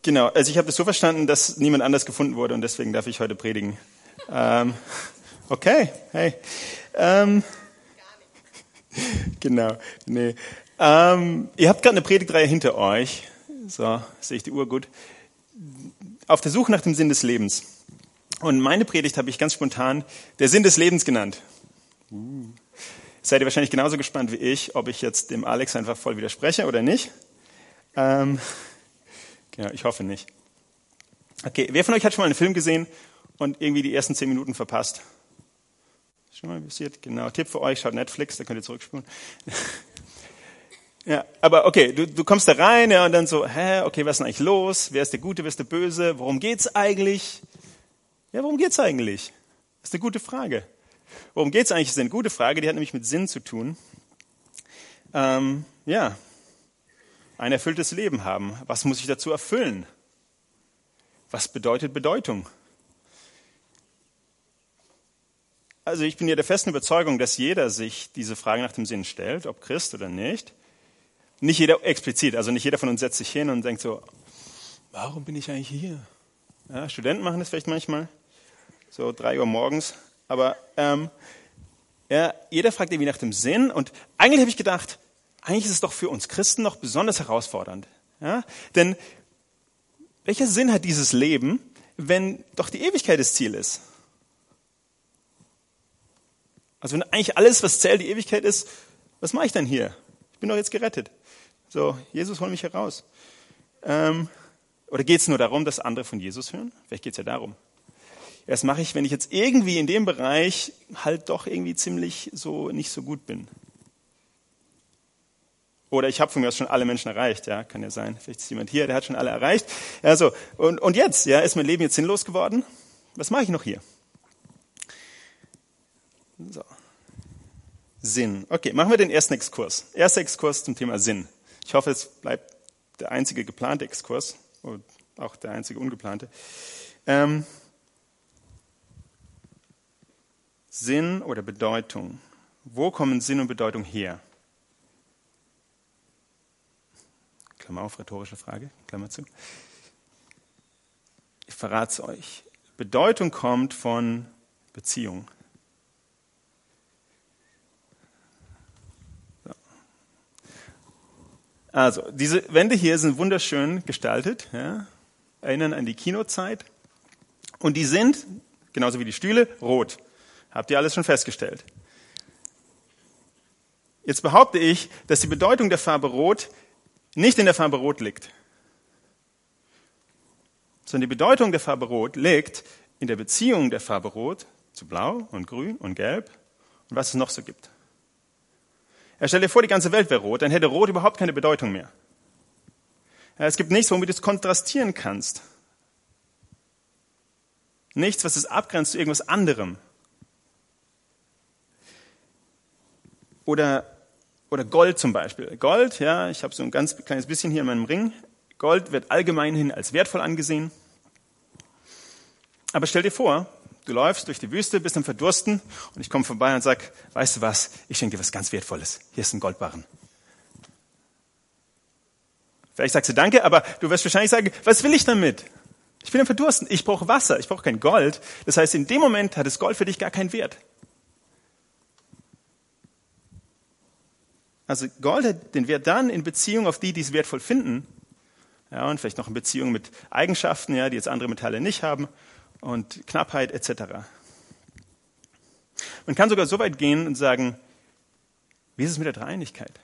Genau, also ich habe das so verstanden, dass niemand anders gefunden wurde und deswegen darf ich heute predigen. Okay, hey. Genau, nee. Ihr habt gerade eine Predigtreihe hinter euch. So, sehe ich die Uhr gut. Auf der Suche nach dem Sinn des Lebens. Und meine Predigt habe ich ganz spontan der Sinn des Lebens genannt. Seid ihr wahrscheinlich genauso gespannt wie ich, ob ich jetzt dem Alex einfach voll widerspreche oder nicht? Ja, ich hoffe nicht. Okay, wer von euch hat schon mal einen Film gesehen und irgendwie die ersten 10 Minuten verpasst? Schon mal passiert? Genau, Tipp für euch, schaut Netflix, da könnt ihr zurückspulen. Ja, aber okay, du kommst da rein, ja, und dann so, okay, was ist denn eigentlich los? Wer ist der Gute, wer ist der Böse? Worum geht's eigentlich? Ja, worum geht's eigentlich? Das ist eine gute Frage. Worum geht's eigentlich? Das ist eine gute Frage, die hat nämlich mit Sinn zu tun. Ja, ein erfülltes Leben haben. Was muss ich dazu erfüllen? Was bedeutet Bedeutung? Also ich bin ja der festen Überzeugung, dass jeder sich diese Frage nach dem Sinn stellt, ob Christ oder nicht. Nicht jeder explizit, also nicht jeder von uns setzt sich hin und denkt so, warum bin ich eigentlich hier? Ja, Studenten machen das vielleicht manchmal, so 3 Uhr morgens. Aber ja, jeder fragt irgendwie nach dem Sinn. Und eigentlich habe ich gedacht, eigentlich ist es doch für uns Christen noch besonders herausfordernd. Ja? Denn welcher Sinn hat dieses Leben, wenn doch die Ewigkeit das Ziel ist? Also wenn eigentlich alles, was zählt, die Ewigkeit ist, was mache ich denn hier? Ich bin doch jetzt gerettet. So, Jesus, hol mich heraus. Oder geht es nur darum, dass andere von Jesus hören? Vielleicht geht es ja darum. Das mache ich, wenn ich jetzt irgendwie in dem Bereich halt doch irgendwie ziemlich so nicht so gut bin. Oder ich habe von mir aus schon alle Menschen erreicht, ja, kann ja sein. Vielleicht ist jemand hier, der hat schon alle erreicht. Also, und jetzt, ja, ist mein Leben jetzt sinnlos geworden? Was mache ich noch hier? So. Sinn. Okay, machen wir den ersten Exkurs. Erster Exkurs zum Thema Sinn. Ich hoffe, es bleibt der einzige geplante Exkurs, und auch der einzige ungeplante. Sinn oder Bedeutung. Wo kommen Sinn und Bedeutung her? Klammer auf, rhetorische Frage, Klammer zu. Ich verrate es euch. Bedeutung kommt von Beziehung. So. Also, diese Wände hier sind wunderschön gestaltet, ja, erinnern an die Kinozeit. Und die sind, genauso wie die Stühle, rot. Habt ihr alles schon festgestellt? Jetzt behaupte ich, dass die Bedeutung der Farbe Rot nicht in der Farbe Rot liegt, sondern die Bedeutung der Farbe Rot liegt in der Beziehung der Farbe Rot zu Blau und Grün und Gelb und was es noch so gibt. Stell dir vor, die ganze Welt wäre rot, dann hätte Rot überhaupt keine Bedeutung mehr. Ja, es gibt nichts, womit du es kontrastieren kannst. Nichts, was es abgrenzt zu irgendwas anderem. Oder Gold zum Beispiel. Gold, ja, ich habe so ein ganz kleines bisschen hier in meinem Ring. Gold wird allgemeinhin als wertvoll angesehen. Aber stell dir vor, du läufst durch die Wüste, bist am Verdursten und ich komme vorbei und sag, weißt du was, ich schenke dir was ganz Wertvolles. Hier ist ein Goldbarren. Vielleicht sagst du Danke, aber du wirst wahrscheinlich sagen, was will ich damit? Ich bin am Verdursten, ich brauche Wasser, ich brauche kein Gold. Das heißt, in dem Moment hat das Gold für dich gar keinen Wert. Also Gold hat den Wert dann in Beziehung auf die es wertvoll finden. Ja, und vielleicht noch in Beziehung mit Eigenschaften, ja, die jetzt andere Metalle nicht haben. Und Knappheit etc. Man kann sogar so weit gehen und sagen, wie ist es mit der Dreieinigkeit?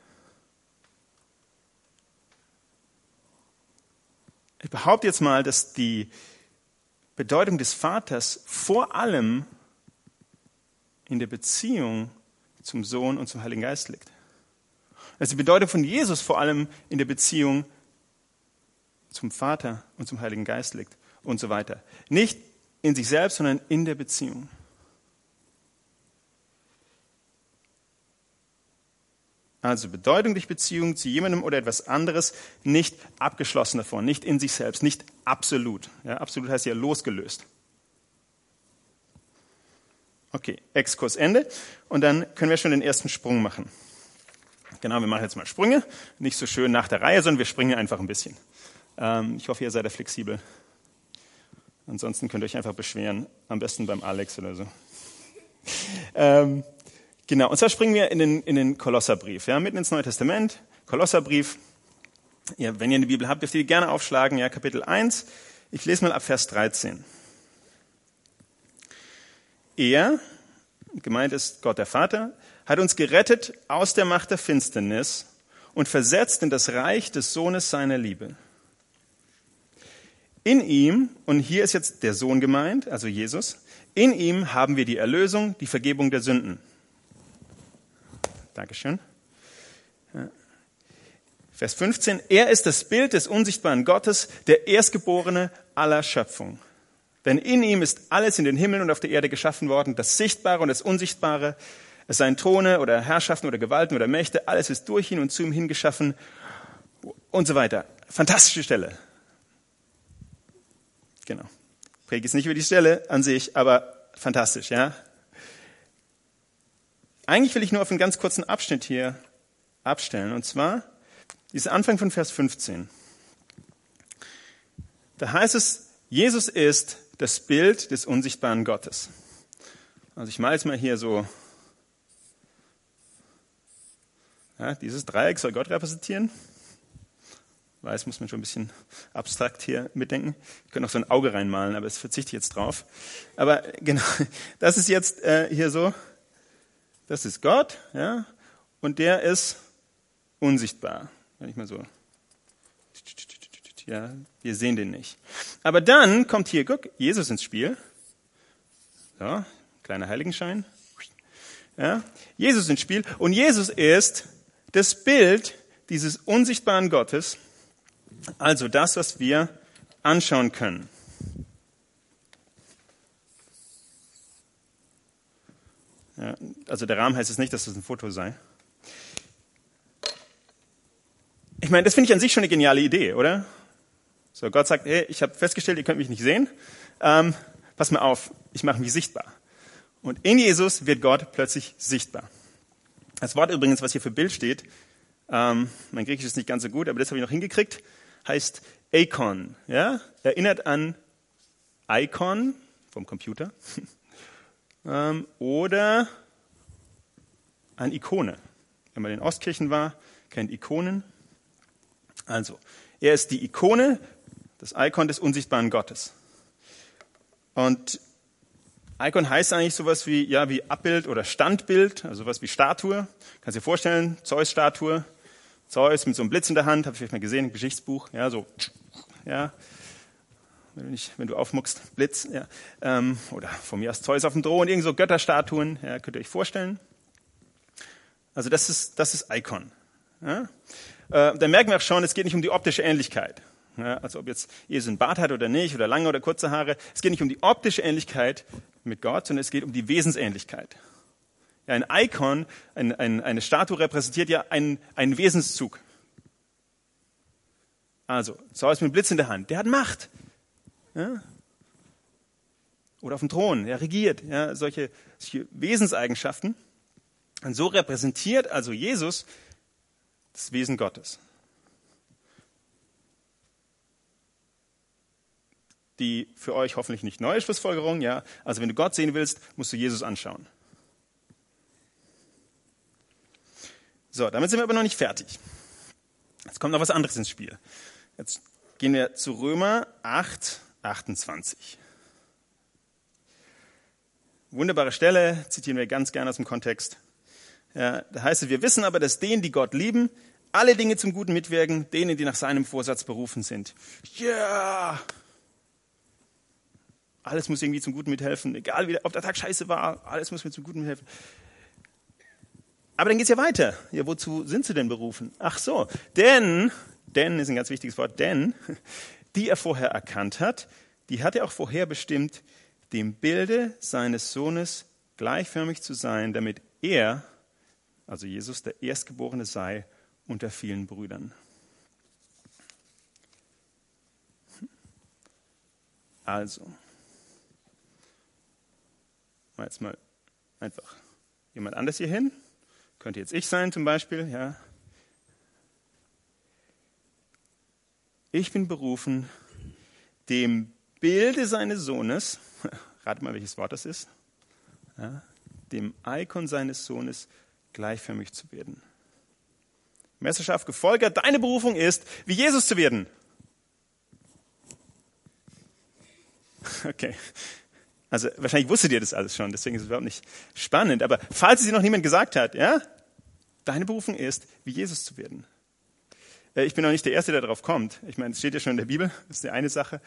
Ich behaupte jetzt mal, dass die Bedeutung des Vaters vor allem in der Beziehung zum Sohn und zum Heiligen Geist liegt. Dass die Bedeutung von Jesus vor allem in der Beziehung zum Vater und zum Heiligen Geist liegt und so weiter. Nicht in sich selbst, sondern in der Beziehung. Also Bedeutung durch Beziehung zu jemandem oder etwas anderes, nicht abgeschlossen davon, nicht in sich selbst, nicht absolut. Ja, absolut heißt ja losgelöst. Okay, Exkurs Ende. Und dann können wir schon den ersten Sprung machen. Genau, wir machen jetzt mal Sprünge. Nicht so schön nach der Reihe, sondern wir springen einfach ein bisschen. Ich hoffe, ihr seid da flexibel. Ansonsten könnt ihr euch einfach beschweren, am besten beim Alex oder so. Genau, und zwar springen wir in den Kolosserbrief, ja, mitten ins Neue Testament, Kolosserbrief. Ja, wenn ihr eine Bibel habt, dürft ihr die gerne aufschlagen, ja, Kapitel 1. Ich lese mal ab Vers 13. Er, gemeint ist Gott der Vater, hat uns gerettet aus der Macht der Finsternis und versetzt in das Reich des Sohnes seiner Liebe. In ihm, und hier ist jetzt der Sohn gemeint, also Jesus, in ihm haben wir die Erlösung, die Vergebung der Sünden. Dankeschön. Ja. Vers 15, er ist das Bild des unsichtbaren Gottes, der Erstgeborene aller Schöpfung. Denn in ihm ist alles in den Himmeln und auf der Erde geschaffen worden, das Sichtbare und das Unsichtbare, es seien Throne oder Herrschaften oder Gewalten oder Mächte, alles ist durch ihn und zu ihm hingeschaffen und so weiter. Fantastische Stelle. Genau. Ich predige jetzt nicht über die Stelle an sich, aber fantastisch, ja. Eigentlich will ich nur auf einen ganz kurzen Abschnitt hier abstellen, und zwar dieser Anfang von Vers 15. Da heißt es, Jesus ist das Bild des unsichtbaren Gottes. Also ich male jetzt mal hier so, ja, dieses Dreieck soll Gott repräsentieren. Weiß, muss man schon ein bisschen abstrakt hier mitdenken. Ich könnte noch so ein Auge reinmalen, aber das verzichte ich jetzt drauf. Aber genau, das ist jetzt hier so, das ist Gott, ja, und der ist unsichtbar. Wenn ich mal so, ja, wir sehen den nicht. Aber dann kommt hier, guck, Jesus ins Spiel. So, kleiner Heiligenschein. Ja, Jesus ins Spiel. Und Jesus ist das Bild dieses unsichtbaren Gottes, also das, was wir anschauen können. Ja, also der Rahmen heißt es nicht, dass das ein Foto sei. Ich meine, das finde ich an sich schon eine geniale Idee, oder? So, Gott sagt, hey, ich habe festgestellt, ihr könnt mich nicht sehen. Pass mal auf, ich mache mich sichtbar. Und in Jesus wird Gott plötzlich sichtbar. Das Wort übrigens, was hier für Bild steht, mein Griechisch ist nicht ganz so gut, aber das habe ich noch hingekriegt, heißt Eikon. Ja? Erinnert an Icon vom Computer oder an Ikone. Wenn man in Ostkirchen war, kennt Ikonen. Also, er ist die Ikone, das Icon des unsichtbaren Gottes. Und Icon heißt eigentlich sowas wie, ja, wie Abbild oder Standbild, also sowas wie Statue. Kannst dir vorstellen, Zeus-Statue, Zeus mit so einem Blitz in der Hand, habe ich vielleicht mal gesehen im Geschichtsbuch, ja, so, ja, wenn du aufmuckst, Blitz, ja, oder von mir aus Zeus auf dem Thron, irgend so Götterstatuen, ja, könnt ihr euch vorstellen. Also das ist Icon. Ja. Da merken wir auch schon, es geht nicht um die optische Ähnlichkeit. Ja, also ob jetzt Jesus einen Bart hat oder nicht, oder lange oder kurze Haare. Es geht nicht um die optische Ähnlichkeit mit Gott, sondern es geht um die Wesensähnlichkeit. Ja, ein Icon, eine Statue repräsentiert ja einen Wesenszug. Also, Zeus mit dem Blitz in der Hand, der hat Macht. Ja? Oder auf dem Thron, er regiert. Ja, solche Wesenseigenschaften. Und so repräsentiert also Jesus das Wesen Gottes. Die für euch hoffentlich nicht neue Schlussfolgerung, ja. Also wenn du Gott sehen willst, musst du Jesus anschauen. So, damit sind wir aber noch nicht fertig. Jetzt kommt noch was anderes ins Spiel. Jetzt gehen wir zu Römer 8, 28. Wunderbare Stelle, zitieren wir ganz gerne aus dem Kontext. Ja, da heißt es, wir wissen aber, dass denen, die Gott lieben, alle Dinge zum Guten mitwirken, denen, die nach seinem Vorsatz berufen sind. Ja! Yeah. Alles muss irgendwie zum Guten mithelfen, egal ob der Tag scheiße war, alles muss mir zum Guten mithelfen. Aber dann geht's ja weiter. Ja, wozu sind sie denn berufen? Ach so, denn ist ein ganz wichtiges Wort, denn, die er vorher erkannt hat, die hat er auch vorher bestimmt, dem Bilde seines Sohnes gleichförmig zu sein, damit er, also Jesus, der Erstgeborene sei unter vielen Brüdern. Also, jetzt mal einfach jemand anders hier hin. Könnte jetzt ich sein zum Beispiel, ja. Ich bin berufen, dem Bilde seines Sohnes, rate mal, welches Wort das ist, ja, dem Icon seines Sohnes gleichförmig zu werden. Meisterschaft gefolgert, deine Berufung ist, wie Jesus zu werden. Okay. Also wahrscheinlich wusstet ihr das alles schon, deswegen ist es überhaupt nicht spannend. Aber falls es dir noch niemand gesagt hat, ja, deine Berufung ist, wie Jesus zu werden. Ich bin auch nicht der Erste, der darauf kommt. Ich meine, es steht ja schon in der Bibel, das ist die eine Sache.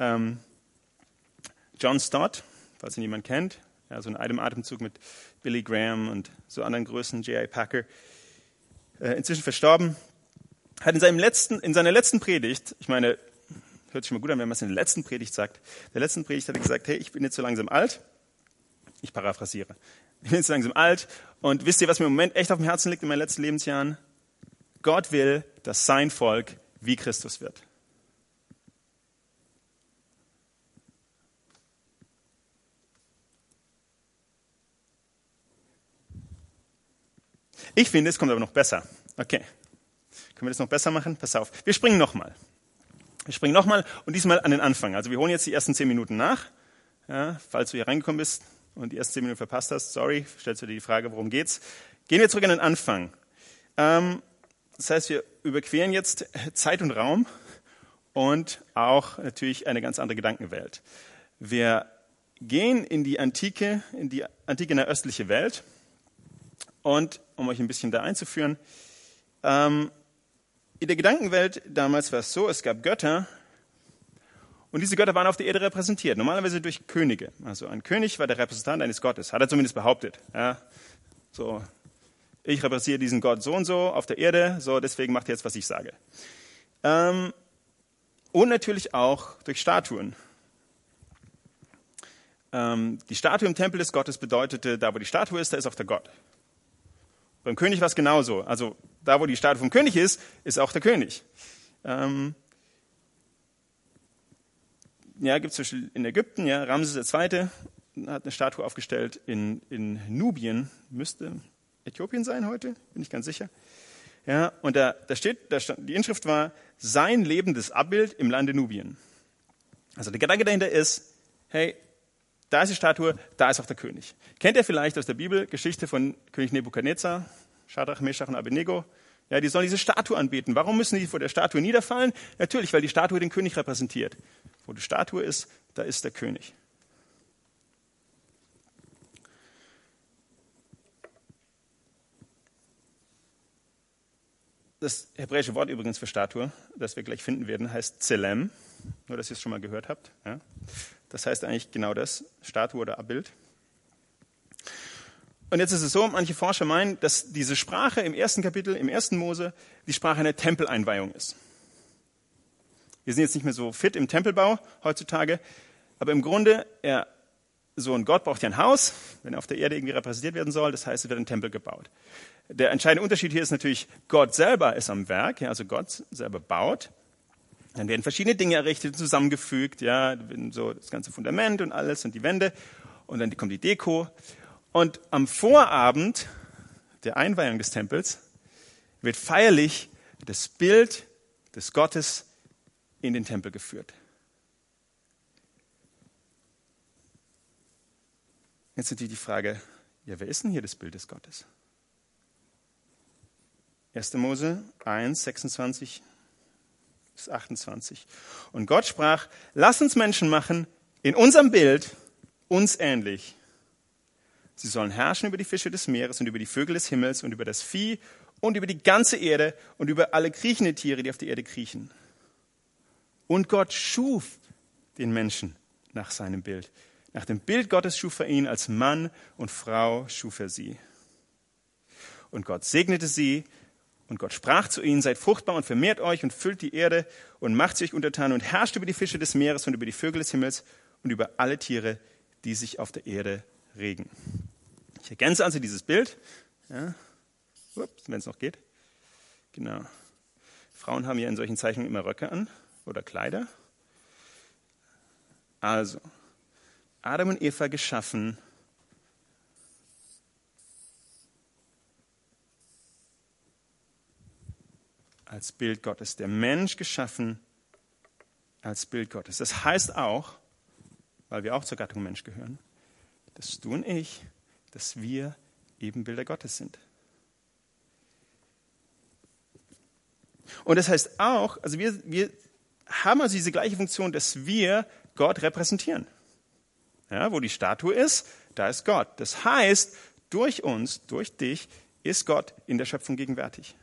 John Stott, falls ihn jemand kennt, ja, so in einem Atemzug mit Billy Graham und so anderen Größen, J.I. Packer, inzwischen verstorben, hat in seiner letzten Predigt, ich meine, hört sich mal gut an, wenn man es in der letzten Predigt sagt, der letzten Predigt hat er gesagt, hey, ich bin jetzt so langsam alt, ich paraphrasiere, ich bin jetzt so langsam alt und wisst ihr, was mir im Moment echt auf dem Herzen liegt in meinen letzten Lebensjahren? Gott will, dass sein Volk wie Christus wird. Ich finde, es kommt aber noch besser. Okay, können wir das noch besser machen? Pass auf, wir springen nochmal. Und diesmal an den Anfang. Also wir holen jetzt die ersten 10 Minuten nach. Ja, falls du hier reingekommen bist und die ersten 10 Minuten verpasst hast, sorry, stellst du dir die Frage, worum geht's? Gehen wir zurück an den Anfang. Das heißt, wir überqueren jetzt Zeit und Raum und auch natürlich eine ganz andere Gedankenwelt. Wir gehen in die antike nahöstliche Welt. Und um euch ein bisschen da einzuführen, in der Gedankenwelt damals war es so, es gab Götter und diese Götter waren auf der Erde repräsentiert, normalerweise durch Könige. Also ein König war der Repräsentant eines Gottes, hat er zumindest behauptet. Ja, so, ich repräsentiere diesen Gott so und so auf der Erde, so deswegen macht er jetzt, was ich sage. Und natürlich auch durch Statuen. Die Statue im Tempel des Gottes bedeutete, da wo die Statue ist, da ist auch der Gott. Beim König war es genauso. Also da, wo die Statue vom König ist, ist auch der König. Ja, gibt es zum Beispiel in Ägypten, ja, Ramses II. Hat eine Statue aufgestellt in Nubien. Müsste Äthiopien sein heute, bin ich ganz sicher. Ja, und die Inschrift war, sein lebendes Abbild im Lande Nubien. Also der Gedanke dahinter ist, hey, da ist die Statue, da ist auch der König. Kennt ihr vielleicht aus der Bibel Geschichte von König Nebukadnezar, Schadrach, Meschach und Abednego? Ja, die sollen diese Statue anbeten. Warum müssen die vor der Statue niederfallen? Natürlich, weil die Statue den König repräsentiert. Wo die Statue ist, da ist der König. Das hebräische Wort übrigens für Statue, das wir gleich finden werden, heißt Tselem. Nur, dass ihr es schon mal gehört habt. Ja. Das heißt eigentlich genau das, Statue oder Abbild. Und jetzt ist es so, manche Forscher meinen, dass diese Sprache im ersten Kapitel, im 1. Mose, die Sprache einer Tempeleinweihung ist. Wir sind jetzt nicht mehr so fit im Tempelbau heutzutage, aber im Grunde, so ein Gott braucht ja ein Haus, wenn er auf der Erde irgendwie repräsentiert werden soll, das heißt, es wird ein Tempel gebaut. Der entscheidende Unterschied hier ist natürlich, Gott selber ist am Werk, ja, also Gott selber baut. Dann werden verschiedene Dinge errichtet, zusammengefügt, ja, so das ganze Fundament und alles und die Wände. Und dann kommt die Deko. Und am Vorabend der Einweihung des Tempels wird feierlich das Bild des Gottes in den Tempel geführt. Jetzt natürlich die Frage, ja, wer ist denn hier das Bild des Gottes? 1. Mose 1, 26 bis 28. Und Gott sprach, lass uns Menschen machen, in unserem Bild, uns ähnlich. Sie sollen herrschen über die Fische des Meeres und über die Vögel des Himmels und über das Vieh und über die ganze Erde und über alle kriechende Tiere, die auf der Erde kriechen. Und Gott schuf den Menschen nach seinem Bild. Nach dem Bild Gottes schuf er ihn, als Mann und Frau schuf er sie. Und Gott segnete sie. Und Gott sprach zu ihnen, seid fruchtbar und vermehrt euch und füllt die Erde und macht sie euch untertan und herrscht über die Fische des Meeres und über die Vögel des Himmels und über alle Tiere, die sich auf der Erde regen. Ich ergänze also dieses Bild, ja, wenn es noch geht. Genau. Frauen haben ja in solchen Zeichnungen immer Röcke an oder Kleider. Also, Adam und Eva geschaffen, als Bild Gottes. Der Mensch geschaffen als Bild Gottes. Das heißt auch, weil wir auch zur Gattung Mensch gehören, dass du und ich, dass wir Ebenbilder Gottes sind. Und das heißt auch, also wir haben also diese gleiche Funktion, dass wir Gott repräsentieren. Ja, wo die Statue ist, da ist Gott. Das heißt, durch uns, durch dich, ist Gott in der Schöpfung gegenwärtig.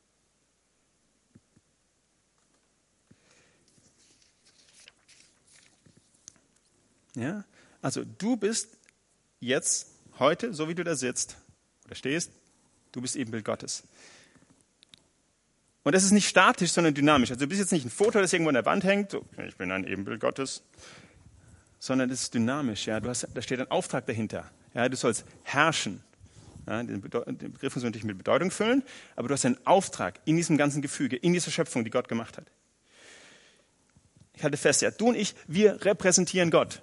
Ja, also du bist jetzt, heute, so wie du da sitzt oder stehst, du bist Ebenbild Gottes. Und das ist nicht statisch, sondern dynamisch. Also du bist jetzt nicht ein Foto, das irgendwo an der Wand hängt, so, ich bin ein Ebenbild Gottes, sondern das ist dynamisch. Ja, da steht ein Auftrag dahinter. Ja, du sollst herrschen. Ja, den Begriff muss man natürlich mit Bedeutung füllen, aber du hast einen Auftrag in diesem ganzen Gefüge, in dieser Schöpfung, die Gott gemacht hat. Ich halte fest, ja, du und ich, wir repräsentieren Gott.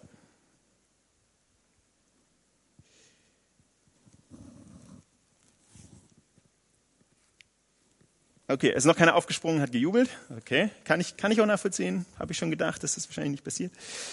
Okay, es ist noch keiner aufgesprungen, hat gejubelt. Okay, kann ich auch nachvollziehen. Habe ich schon gedacht, dass das wahrscheinlich nicht passiert.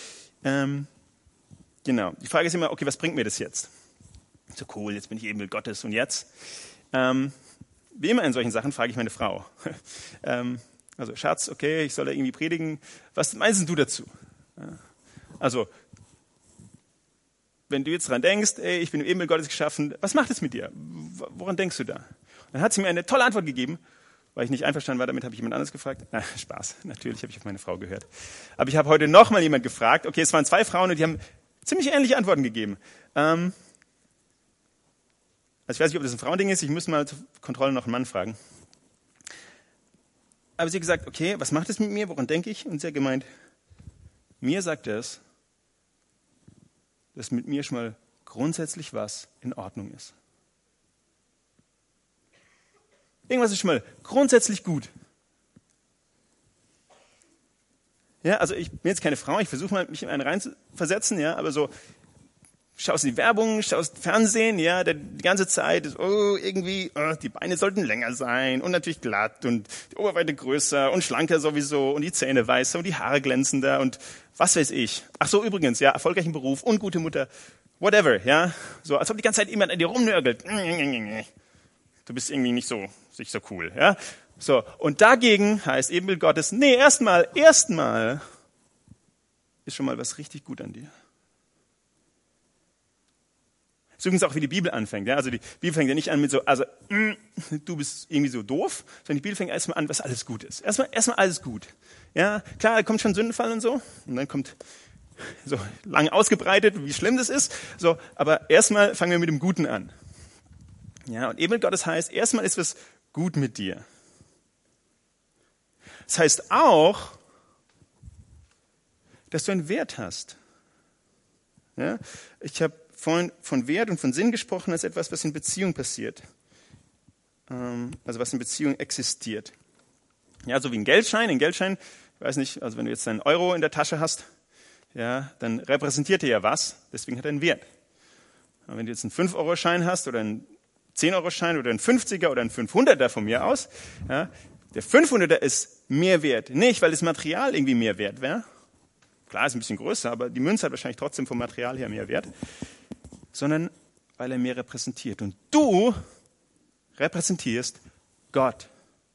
Genau, die Frage ist immer, okay, was bringt mir das jetzt? So cool, jetzt bin ich Ebenbild Gottes und jetzt? Wie immer in solchen Sachen frage ich meine Frau. Also Schatz, okay, ich soll da irgendwie predigen. Was meinst du dazu? Also, wenn du jetzt dran denkst, ey, ich bin im Ebenbild Gottes geschaffen, was macht es mit dir? Woran denkst du da? Dann hat sie mir eine tolle Antwort gegeben. Weil ich nicht einverstanden war, damit habe ich jemand anderes gefragt. Spaß, natürlich habe ich auf meine Frau gehört. Aber ich habe heute nochmal jemand gefragt. Okay, es waren 2 Frauen und die haben ziemlich ähnliche Antworten gegeben. Also ich weiß nicht, ob das ein Frauending ist. Ich muss mal zur Kontrolle noch einen Mann fragen. Aber sie hat gesagt, okay, was macht es mit mir? Woran denke ich? Und sie hat gemeint, mir sagt es, dass mit mir schon mal grundsätzlich was in Ordnung ist. Irgendwas ist schon mal grundsätzlich gut. Ja, also ich bin jetzt keine Frau, ich versuche mal, mich in einen reinzuversetzen, ja, aber so, schaust in die Werbung, schaust Fernsehen, ja, die ganze Zeit ist, die Beine sollten länger sein und natürlich glatt und die Oberweite größer und schlanker sowieso und die Zähne weißer und die Haare glänzender und was weiß ich. Ach so, übrigens, ja, erfolgreichen Beruf und gute Mutter, whatever, ja, so, als ob die ganze Zeit jemand an dir rumnörgelt. Du bist irgendwie nicht so cool, ja. So, und dagegen heißt Ebenbild Gottes, nee, erstmal ist schon mal was richtig gut an dir. Das ist übrigens auch, wie die Bibel anfängt, ja. Also die Bibel fängt ja nicht an mit so, du bist irgendwie so doof, sondern die Bibel fängt erstmal an, was alles gut ist. Erstmal alles gut. Ja, klar, da kommt schon Sündenfall und so, und dann kommt so lang ausgebreitet, wie schlimm das ist, so, aber erstmal fangen wir mit dem Guten an. Ja, und Ebenbild Gottes heißt, erstmal ist was gut mit dir. Das heißt auch, dass du einen Wert hast. Ja, ich habe vorhin von Wert und von Sinn gesprochen als etwas, was in Beziehung passiert. Also was in Beziehung existiert. Ja, so wie ein Geldschein. Ein Geldschein, ich weiß nicht, also wenn du jetzt einen Euro in der Tasche hast, ja, dann repräsentiert er ja was, deswegen hat er einen Wert. Aber wenn du jetzt einen 5-Euro-Schein hast oder einen 10-Euro-Schein oder ein 50er oder ein 500er von mir aus, ja, der 500er ist mehr wert. Nicht, weil das Material irgendwie mehr wert wäre. Klar, ist ein bisschen größer, aber die Münze hat wahrscheinlich trotzdem vom Material her mehr Wert. Sondern weil er mehr repräsentiert. Und du repräsentierst Gott.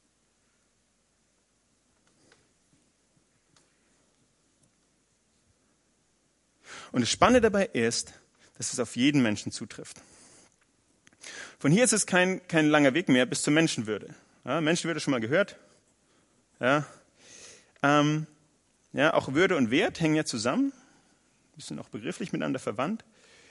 Und das Spannende dabei ist, dass es auf jeden Menschen zutrifft. Von hier ist es kein langer Weg mehr bis zur Menschenwürde. Ja, Menschenwürde schon mal gehört. Ja, auch Würde und Wert hängen ja zusammen. Die sind auch begrifflich miteinander verwandt.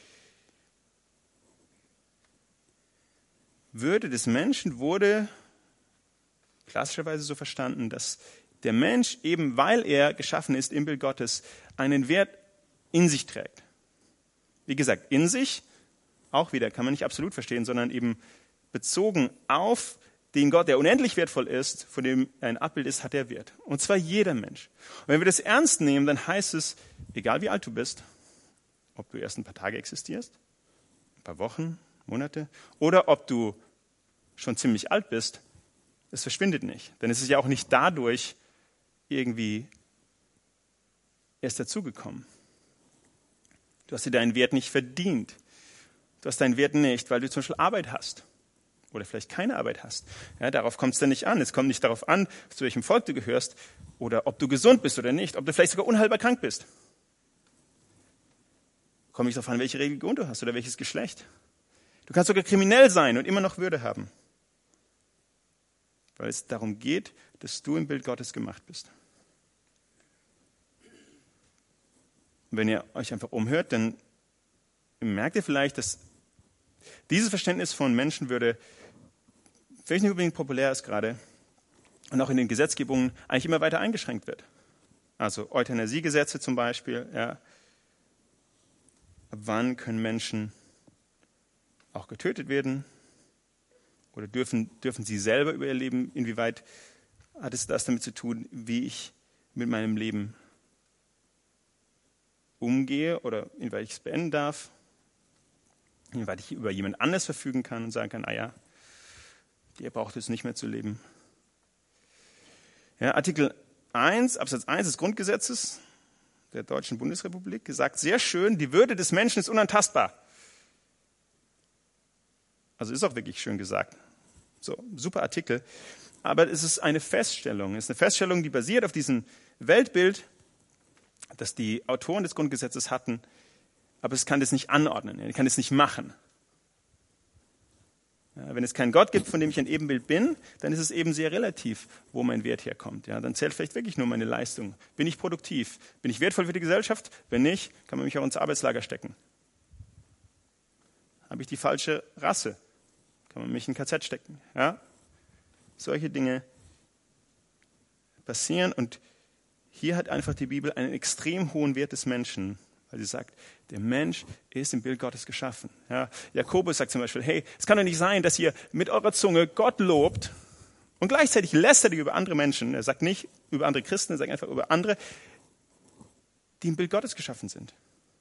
Würde des Menschen wurde klassischerweise so verstanden, dass der Mensch, eben weil er geschaffen ist im Bild Gottes, einen Wert in sich trägt. Wie gesagt, in sich, auch wieder, kann man nicht absolut verstehen, sondern eben bezogen auf den Gott, der unendlich wertvoll ist, von dem er ein Abbild ist, hat er Wert. Und zwar jeder Mensch. Und wenn wir das ernst nehmen, dann heißt es, egal wie alt du bist, ob du erst ein paar Tage existierst, ein paar Wochen, Monate, oder ob du schon ziemlich alt bist, es verschwindet nicht. Denn es ist ja auch nicht dadurch irgendwie Er ist dazugekommen. Du hast dir deinen Wert nicht verdient. Du hast deinen Wert nicht, weil du zum Beispiel Arbeit hast. Oder vielleicht keine Arbeit hast. Ja, darauf kommt es dann nicht an. Es kommt nicht darauf an, zu welchem Volk du gehörst oder ob du gesund bist oder nicht, ob du vielleicht sogar unheilbar krank bist. Kommt nicht darauf an, welche Religion du hast oder welches Geschlecht. Du kannst sogar kriminell sein und immer noch Würde haben. Weil es darum geht, dass du im Bild Gottes gemacht bist. Und wenn ihr euch einfach umhört, dann merkt ihr vielleicht, dass dieses Verständnis von Menschenwürde vielleicht nicht unbedingt populär ist gerade und auch in den Gesetzgebungen eigentlich immer weiter eingeschränkt wird. Also Euthanasiegesetze zum Beispiel. Ja. Ab wann können Menschen auch getötet werden? Oder dürfen sie selber über ihr Leben, inwieweit hat es das damit zu tun, wie ich mit meinem Leben umgehe oder inwieweit ich es beenden darf? Inwieweit ich über jemand anderes verfügen kann und sagen kann, der braucht es nicht mehr zu leben. Ja, Artikel 1, Absatz 1 des Grundgesetzes der Deutschen Bundesrepublik sagt sehr schön, die Würde des Menschen ist unantastbar. Also ist auch wirklich schön gesagt. So, super Artikel. Aber es ist eine Feststellung. Es ist eine Feststellung, die basiert auf diesem Weltbild, das die Autoren des Grundgesetzes hatten. Aber es kann das nicht anordnen. Es kann es nicht machen. Ja, wenn es keinen Gott gibt, von dem ich ein Ebenbild bin, dann ist es eben sehr relativ, wo mein Wert herkommt. Ja, dann zählt vielleicht wirklich nur meine Leistung. Bin ich produktiv? Bin ich wertvoll für die Gesellschaft? Wenn nicht, kann man mich auch ins Arbeitslager stecken. Habe ich die falsche Rasse? Kann man mich in ein KZ stecken. Ja? Solche Dinge passieren. Und hier hat einfach die Bibel einen extrem hohen Wert des Menschen, weil sie sagt, der Mensch ist im Bild Gottes geschaffen. Ja, Jakobus sagt zum Beispiel, hey, es kann doch nicht sein, dass ihr mit eurer Zunge Gott lobt und gleichzeitig lästert ihr über andere Menschen. Er sagt nicht über andere Christen, er sagt einfach über andere, die im Bild Gottes geschaffen sind.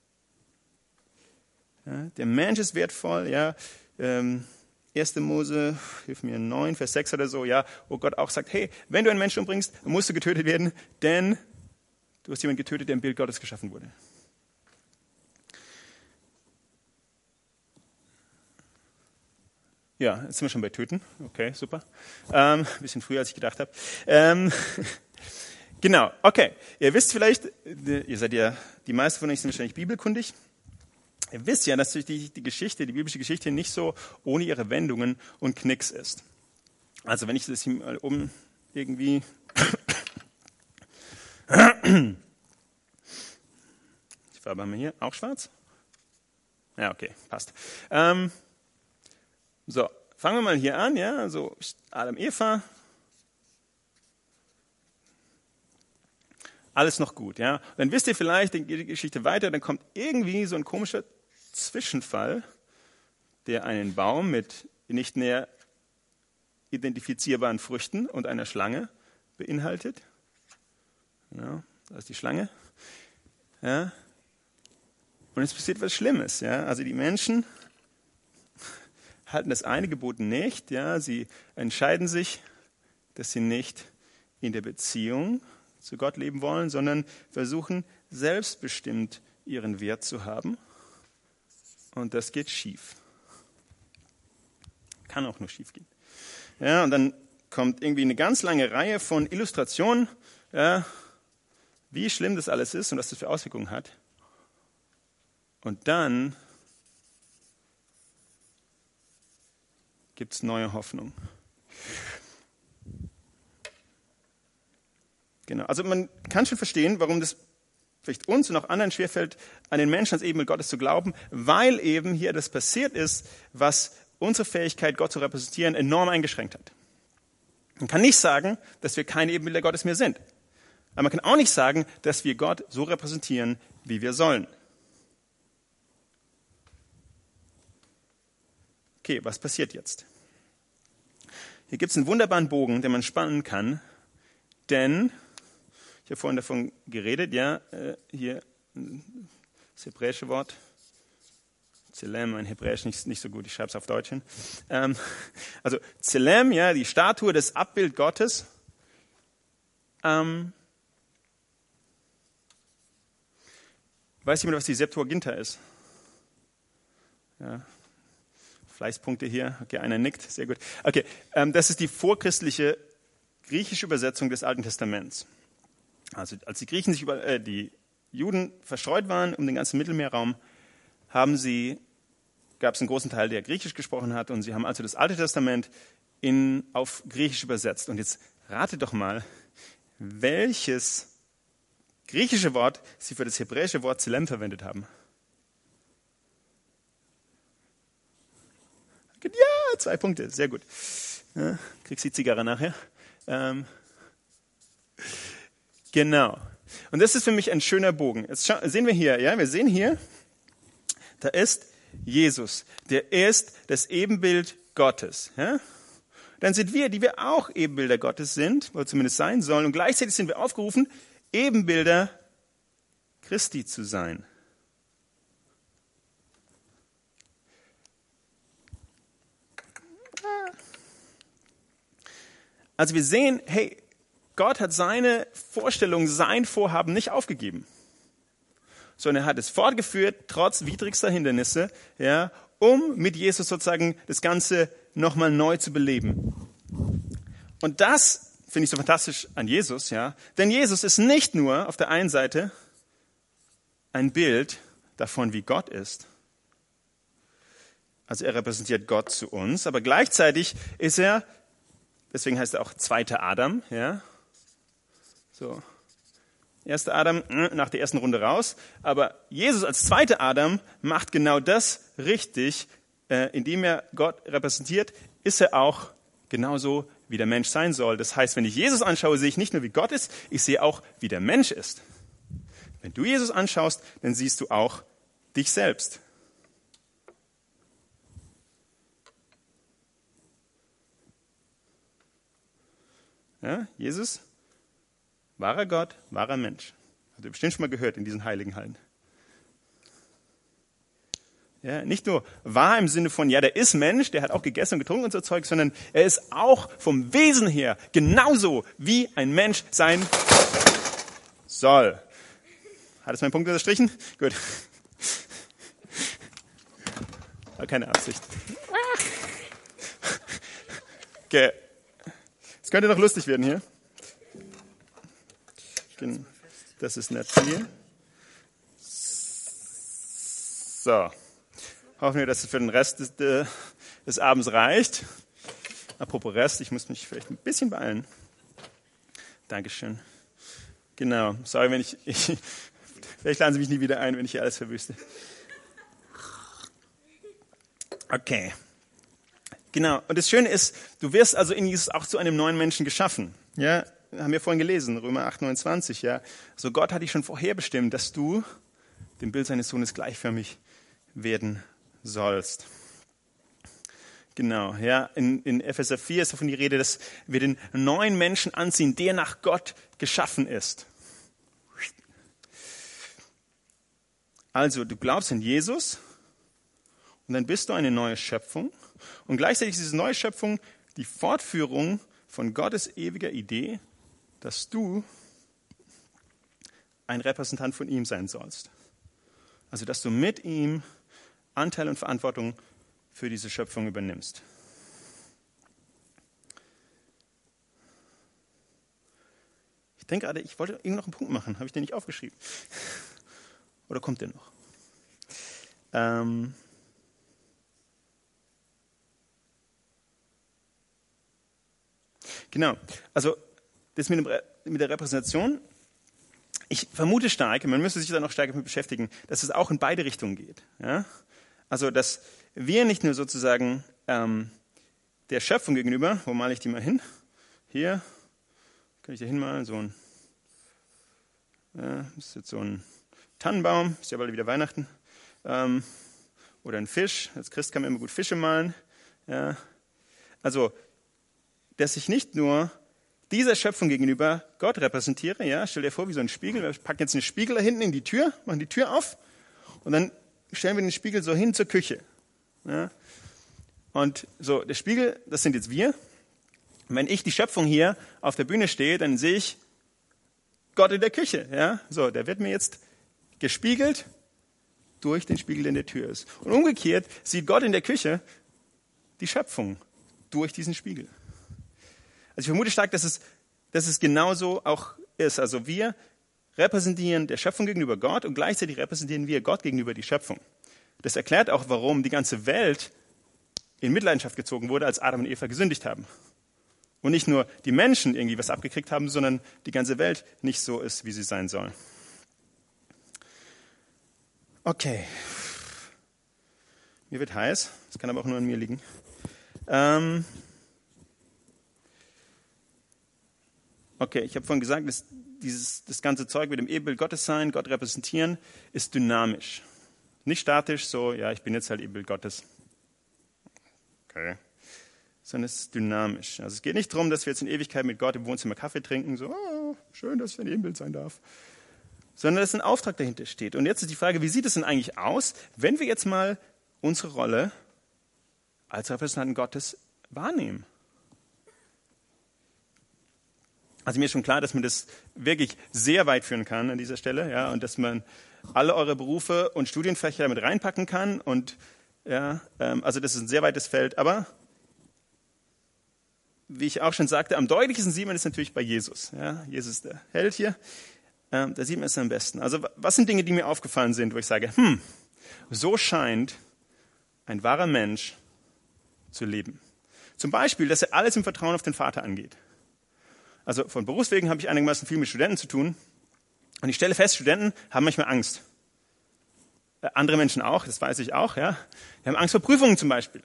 Ja, der Mensch ist wertvoll. Ja, 1. Mose, hilf mir, 9, Vers 6 oder so, ja, wo Gott auch sagt, hey, wenn du einen Menschen umbringst, dann musst du getötet werden, denn du hast jemanden getötet, der im Bild Gottes geschaffen wurde. Ja, jetzt sind wir schon bei Töten. Okay, super. Ein bisschen früher, als ich gedacht habe. Genau, okay. Ihr wisst vielleicht, die meisten von euch sind wahrscheinlich bibelkundig. Ihr wisst ja, dass die Geschichte, die biblische Geschichte nicht so ohne ihre Wendungen und Knicks ist. Also wenn ich das hier mal irgendwie... Die Farbe haben wir hier, auch schwarz? Ja, okay, passt. So, fangen wir mal hier an, ja, also Adam, Eva. Alles noch gut, ja. Dann wisst ihr vielleicht, dann geht die Geschichte weiter, dann kommt irgendwie so ein komischer Zwischenfall, der einen Baum mit nicht näher identifizierbaren Früchten und einer Schlange beinhaltet. Ja, da ist die Schlange. Ja. Und es passiert was Schlimmes, ja. Also die Menschen halten das eine Gebot nicht, ja, sie entscheiden sich, dass sie nicht in der Beziehung zu Gott leben wollen, sondern versuchen selbstbestimmt ihren Wert zu haben. Und das geht schief. Kann auch nur schief gehen. Ja, und dann kommt irgendwie eine ganz lange Reihe von Illustrationen, ja, wie schlimm das alles ist und was das für Auswirkungen hat. Und dann gibt es neue Hoffnung. Genau, also man kann schon verstehen, warum das vielleicht uns und auch anderen schwerfällt, an den Menschen als Ebenbild Gottes zu glauben, weil eben hier das passiert ist, was unsere Fähigkeit, Gott zu repräsentieren, enorm eingeschränkt hat. Man kann nicht sagen, dass wir keine Ebenbilder Gottes mehr sind. Aber man kann auch nicht sagen, dass wir Gott so repräsentieren, wie wir sollen. Okay, was passiert jetzt? Hier gibt es einen wunderbaren Bogen, den man spannen kann, denn, ich habe vorhin davon geredet, ja, hier das hebräische Wort, Zelem, mein Hebräisch nicht so gut, ich schreibe es auf Deutsch hin. Also Zelem, ja, die Statue, das Abbild Gottes. Weiß jemand, was die Septuaginta ist? Ja. Fleißpunkte hier. Okay, einer nickt. Sehr gut. Okay, das ist die vorchristliche griechische Übersetzung des Alten Testaments. Also als die Griechen die Juden verstreut waren um den ganzen Mittelmeerraum, gab es einen großen Teil, der Griechisch gesprochen hat, und sie haben also das Alte Testament auf Griechisch übersetzt. Und jetzt rate doch mal, welches griechische Wort sie für das hebräische Wort Tselem verwendet haben. Ja, 2 Punkte, sehr gut. Ja, kriegst die Zigarre nachher. Genau. Und das ist für mich ein schöner Bogen. Jetzt sehen wir hier, ja, wir sehen hier, da ist Jesus, der ist das Ebenbild Gottes. Ja? Dann sind wir, die wir auch Ebenbilder Gottes sind, oder zumindest sein sollen, und gleichzeitig sind wir aufgerufen, Ebenbilder Christi zu sein. Also wir sehen, hey, Gott hat seine Vorstellung, sein Vorhaben nicht aufgegeben, sondern er hat es fortgeführt, trotz widrigster Hindernisse, ja, um mit Jesus sozusagen das Ganze nochmal neu zu beleben. Und das finde ich so fantastisch an Jesus, ja, denn Jesus ist nicht nur auf der einen Seite ein Bild davon, wie Gott ist. Also er repräsentiert Gott zu uns, aber gleichzeitig ist er, deswegen heißt er auch zweiter Adam, ja. So. Erster Adam, nach der ersten Runde raus. Aber Jesus als zweiter Adam macht genau das richtig, indem er Gott repräsentiert, ist er auch genauso, wie der Mensch sein soll. Das heißt, wenn ich Jesus anschaue, sehe ich nicht nur, wie Gott ist, ich sehe auch, wie der Mensch ist. Wenn du Jesus anschaust, dann siehst du auch dich selbst. Ja, Jesus, wahrer Gott, wahrer Mensch. Habt ihr bestimmt schon mal gehört in diesen heiligen Hallen. Ja, nicht nur wahr im Sinne von, ja, der ist Mensch, der hat auch gegessen und getrunken und so Zeug, sondern er ist auch vom Wesen her genauso, wie ein Mensch sein soll. Hat es meinen Punkt unterstrichen? Gut. War keine Absicht. Okay. Es könnte noch lustig werden hier. Das ist nett hier. So. Hoffen wir, dass es für den Rest des Abends reicht. Apropos Rest, ich muss mich vielleicht ein bisschen beeilen. Dankeschön. Genau. Sorry, wenn vielleicht laden Sie mich nie wieder ein, wenn ich hier alles verwüste. Okay. Genau. Und das Schöne ist, du wirst also in Jesus auch zu einem neuen Menschen geschaffen. Ja, haben wir vorhin gelesen, Römer 8, 29. Ja, so Gott hat dich schon vorherbestimmt, dass du dem Bild seines Sohnes gleichförmig werden sollst. Genau. Ja, in Epheser 4 ist davon die Rede, dass wir den neuen Menschen anziehen, der nach Gott geschaffen ist. Also, du glaubst in Jesus und dann bist du eine neue Schöpfung. Und gleichzeitig ist diese neue Schöpfung die Fortführung von Gottes ewiger Idee, dass du ein Repräsentant von ihm sein sollst. Also, dass du mit ihm Anteil und Verantwortung für diese Schöpfung übernimmst. Ich denke gerade, ich wollte irgend noch einen Punkt machen. Habe ich den nicht aufgeschrieben? Oder kommt der noch? Genau, also das mit der Repräsentation, ich vermute stark, man müsste sich da noch stärker mit beschäftigen, dass es auch in beide Richtungen geht. Ja? Also, dass wir nicht nur sozusagen der Schöpfung gegenüber, wo male ich die mal hin? Hier, kann ich da hinmalen, das ist jetzt so ein Tannenbaum, ist ja bald wieder Weihnachten, oder ein Fisch, als Christ kann man immer gut Fische malen. Ja? Also, dass ich nicht nur dieser Schöpfung gegenüber Gott repräsentiere, ja, stell dir vor, wie so ein Spiegel, wir packen jetzt einen Spiegel da hinten in die Tür, machen die Tür auf und dann stellen wir den Spiegel so hin zur Küche. Ja. Und so, der Spiegel, das sind jetzt wir. Und wenn ich die Schöpfung hier auf der Bühne stehe, dann sehe ich Gott in der Küche. Ja. So, der wird mir jetzt gespiegelt durch den Spiegel, der in der Tür ist. Und umgekehrt sieht Gott in der Küche die Schöpfung durch diesen Spiegel. Also ich vermute stark, dass es genauso auch ist. Also wir repräsentieren der Schöpfung gegenüber Gott und gleichzeitig repräsentieren wir Gott gegenüber die Schöpfung. Das erklärt auch, warum die ganze Welt in Mitleidenschaft gezogen wurde, als Adam und Eva gesündigt haben. Und nicht nur die Menschen irgendwie was abgekriegt haben, sondern die ganze Welt nicht so ist, wie sie sein soll. Okay. Mir wird heiß, das kann aber auch nur an mir liegen. Okay, ich habe vorhin gesagt, dass das ganze Zeug mit dem Ebenbild Gottes sein, Gott repräsentieren, ist dynamisch. Nicht statisch, so, ja, ich bin jetzt halt Ebenbild Gottes. Okay. Sondern es ist dynamisch. Also es geht nicht darum, dass wir jetzt in Ewigkeit mit Gott im Wohnzimmer Kaffee trinken, so, oh, schön, dass ich ein Ebenbild sein darf. Sondern dass ein Auftrag dahinter steht. Und jetzt ist die Frage, wie sieht es denn eigentlich aus, wenn wir jetzt mal unsere Rolle als Repräsentanten Gottes wahrnehmen? Also mir ist schon klar, dass man das wirklich sehr weit führen kann an dieser Stelle, ja, und dass man alle eure Berufe und Studienfächer mit reinpacken kann. Und ja, also das ist ein sehr weites Feld. Aber wie ich auch schon sagte, am deutlichsten sieht man das natürlich bei Jesus. Ja, Jesus ist der Held hier. Da sieht man es am besten. Also was sind Dinge, die mir aufgefallen sind, wo ich sage, so scheint ein wahrer Mensch zu leben. Zum Beispiel, dass er alles im Vertrauen auf den Vater angeht. Also von Berufswegen habe ich einigermaßen viel mit Studenten zu tun. Und ich stelle fest, Studenten haben manchmal Angst. Andere Menschen auch, das weiß ich auch. Ja. Die haben Angst vor Prüfungen zum Beispiel.